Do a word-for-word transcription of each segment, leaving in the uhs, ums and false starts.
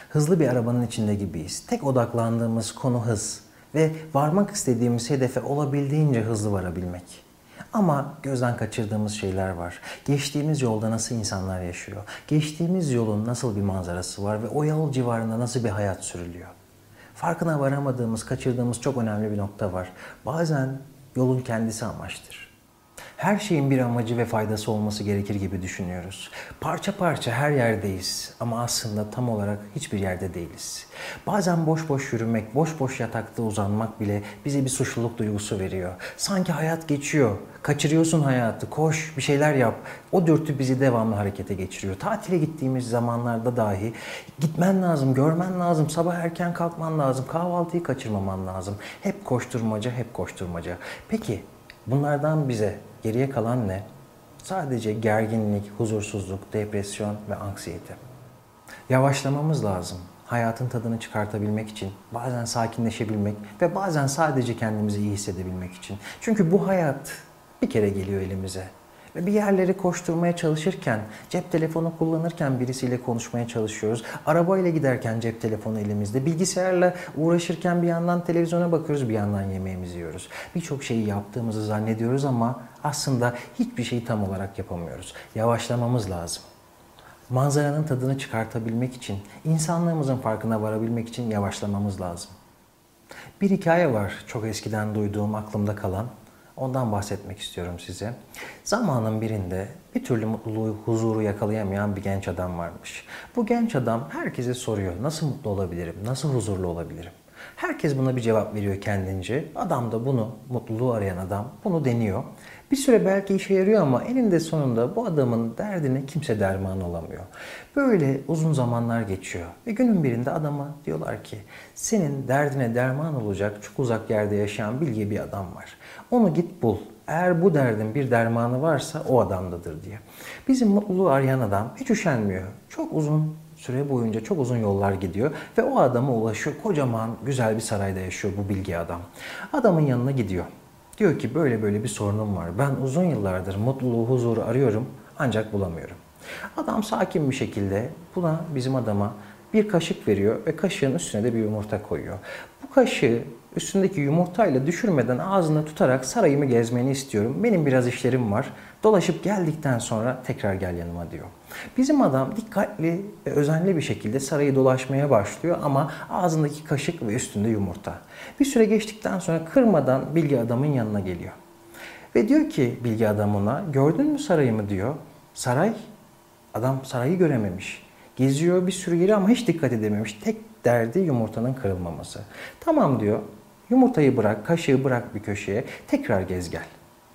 Hızlı bir arabanın içinde gibiyiz. Tek odaklandığımız konu hız ve varmak istediğimiz hedefe olabildiğince hızlı varabilmek. Ama gözden kaçırdığımız şeyler var. Geçtiğimiz yolda nasıl insanlar yaşıyor? Geçtiğimiz yolun nasıl bir manzarası var ve o yol civarında nasıl bir hayat sürülüyor? Farkına varamadığımız, kaçırdığımız çok önemli bir nokta var. Bazen yolun kendisi amaçtır. Her şeyin bir amacı ve faydası olması gerekir gibi düşünüyoruz. Parça parça her yerdeyiz ama aslında tam olarak hiçbir yerde değiliz. Bazen boş boş yürümek, boş boş yatakta uzanmak bile bize bir suçluluk duygusu veriyor. Sanki hayat geçiyor, kaçırıyorsun hayatı, koş, bir şeyler yap. O dürtü bizi devamlı harekete geçiriyor. Tatile gittiğimiz zamanlarda dahi gitmen lazım, görmen lazım, sabah erken kalkman lazım, kahvaltıyı kaçırmaman lazım. Hep koşturmaca, hep koşturmaca. Peki bunlardan bize geriye kalan ne? Sadece gerginlik, huzursuzluk, depresyon ve anksiyete. Yavaşlamamız lazım. Hayatın tadını çıkartabilmek için, bazen sakinleşebilmek ve bazen sadece kendimizi iyi hissedebilmek için. Çünkü bu hayat bir kere geliyor elimize. Ve bir yerleri koşturmaya çalışırken, cep telefonu kullanırken birisiyle konuşmaya çalışıyoruz. Arabayla giderken cep telefonu elimizde. Bilgisayarla uğraşırken bir yandan televizyona bakıyoruz, bir yandan yemeğimizi yiyoruz. Birçok şeyi yaptığımızı zannediyoruz ama aslında hiçbir şeyi tam olarak yapamıyoruz. Yavaşlamamız lazım. Manzaranın tadını çıkartabilmek için, insanlığımızın farkına varabilmek için yavaşlamamız lazım. Bir hikaye var çok eskiden duyduğum, aklımda kalan. Ondan bahsetmek istiyorum size. Zamanın birinde bir türlü mutluluğu, huzuru yakalayamayan bir genç adam varmış. Bu genç adam herkese soruyor, nasıl mutlu olabilirim, nasıl huzurlu olabilirim? Herkes buna bir cevap veriyor kendince. Adam da bunu, mutluluğu arayan adam bunu deniyor. Bir süre belki işe yarıyor ama eninde sonunda bu adamın derdine kimse derman olamıyor. Böyle uzun zamanlar geçiyor ve günün birinde adama diyorlar ki senin derdine derman olacak çok uzak yerde yaşayan bilge bir adam var. Onu git bul. Eğer bu derdin bir dermanı varsa o adamdadır diye. Bizim mutluluğu arayan adam hiç üşenmiyor. Çok uzun süre boyunca çok uzun yollar gidiyor ve o adama ulaşıyor. Kocaman güzel bir sarayda yaşıyor bu bilge adam. Adamın yanına gidiyor. Diyor ki böyle böyle bir sorunum var. Ben uzun yıllardır mutluluğu, huzuru arıyorum ancak bulamıyorum. Adam sakin bir şekilde buna bizim adama bir kaşık veriyor ve kaşığın üstüne de bir yumurta koyuyor. Bu kaşığı üstündeki yumurtayla düşürmeden ağzında tutarak sarayımı gezmeni istiyorum. Benim biraz işlerim var. Dolaşıp geldikten sonra tekrar gel yanıma diyor. Bizim adam dikkatli ve özenli bir şekilde sarayı dolaşmaya başlıyor ama ağzındaki kaşık ve üstünde yumurta. Bir süre geçtikten sonra kırmadan bilgi adamın yanına geliyor. Ve diyor ki bilgi adam ona, gördün mü sarayımı diyor. Saray, adam sarayı görememiş. Geziyor bir sürü yeri ama hiç dikkat edememiş. Tek derdi yumurtanın kırılmaması. Tamam diyor, yumurtayı bırak, kaşığı bırak bir köşeye, tekrar gez gel.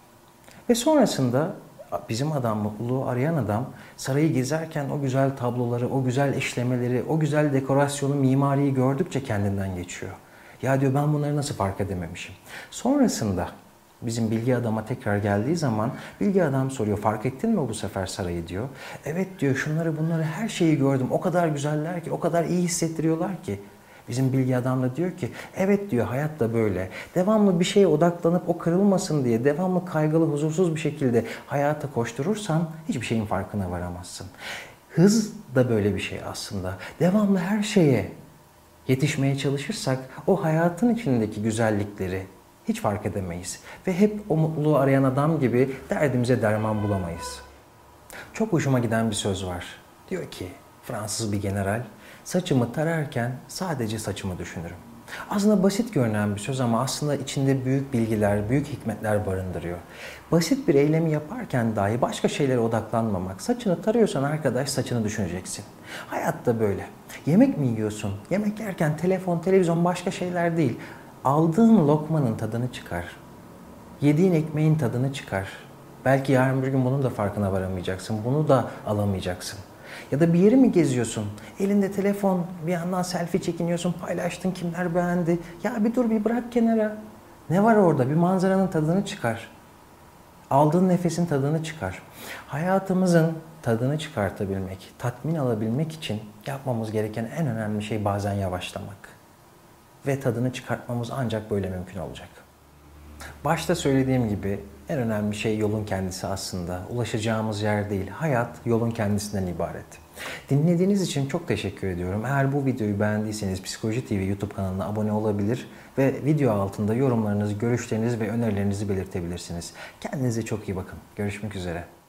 Ve sonrasında bizim adam, mutluluğu arayan adam sarayı gezerken o güzel tabloları, o güzel işlemeleri, o güzel dekorasyonu, mimariyi gördükçe kendinden geçiyor. Ya diyor ben bunları nasıl fark edememişim. Sonrasında bizim bilgi adama tekrar geldiği zaman bilgi adam soruyor fark ettin mi bu sefer sarayı diyor. Evet diyor şunları bunları her şeyi gördüm. O kadar güzeller ki, o kadar iyi hissettiriyorlar ki. Bizim bilgi adam da diyor ki evet diyor hayat da böyle. Devamlı bir şeye odaklanıp o kırılmasın diye devamlı kaygılı, huzursuz bir şekilde hayata koşturursan hiçbir şeyin farkına varamazsın. Hız da böyle bir şey aslında. Devamlı her şeye yetişmeye çalışırsak o hayatın içindeki güzellikleri hiç fark edemeyiz. Ve hep o mutluluğu arayan adam gibi derdimize derman bulamayız. Çok hoşuma giden bir söz var. Diyor ki Fransız bir general, saçımı tararken sadece saçımı düşünürüm. Aslında basit görünen bir söz ama aslında içinde büyük bilgiler, büyük hikmetler barındırıyor. Basit bir eylemi yaparken dahi başka şeylere odaklanmamak. Saçını tarıyorsan arkadaş saçını düşüneceksin. Hayatta böyle. Yemek mi yiyorsun? Yemek yerken telefon, televizyon başka şeyler değil. Aldığın lokmanın tadını çıkar. Yediğin ekmeğin tadını çıkar. Belki yarın bir gün bunun da farkına varamayacaksın. Bunu da alamayacaksın. Ya da bir yeri mi geziyorsun? Elinde telefon, bir yandan selfie çekiniyorsun, paylaştın, kimler beğendi. Ya bir dur bir bırak kenara. Ne var orada? Bir manzaranın tadını çıkar. Aldığın nefesin tadını çıkar. Hayatımızın tadını çıkartabilmek, tatmin alabilmek için yapmamız gereken en önemli şey bazen yavaşlamak. Ve tadını çıkartmamız ancak böyle mümkün olacak. Başta söylediğim gibi En önemli şey yolun kendisi aslında. Ulaşacağımız yer değil. Hayat yolun kendisinden ibaret. Dinlediğiniz için çok teşekkür ediyorum. Eğer bu videoyu beğendiyseniz Psikoloji T V YouTube kanalına abone olabilir ve video altında yorumlarınızı, görüşlerinizi ve önerilerinizi belirtebilirsiniz. Kendinize çok iyi bakın. Görüşmek üzere.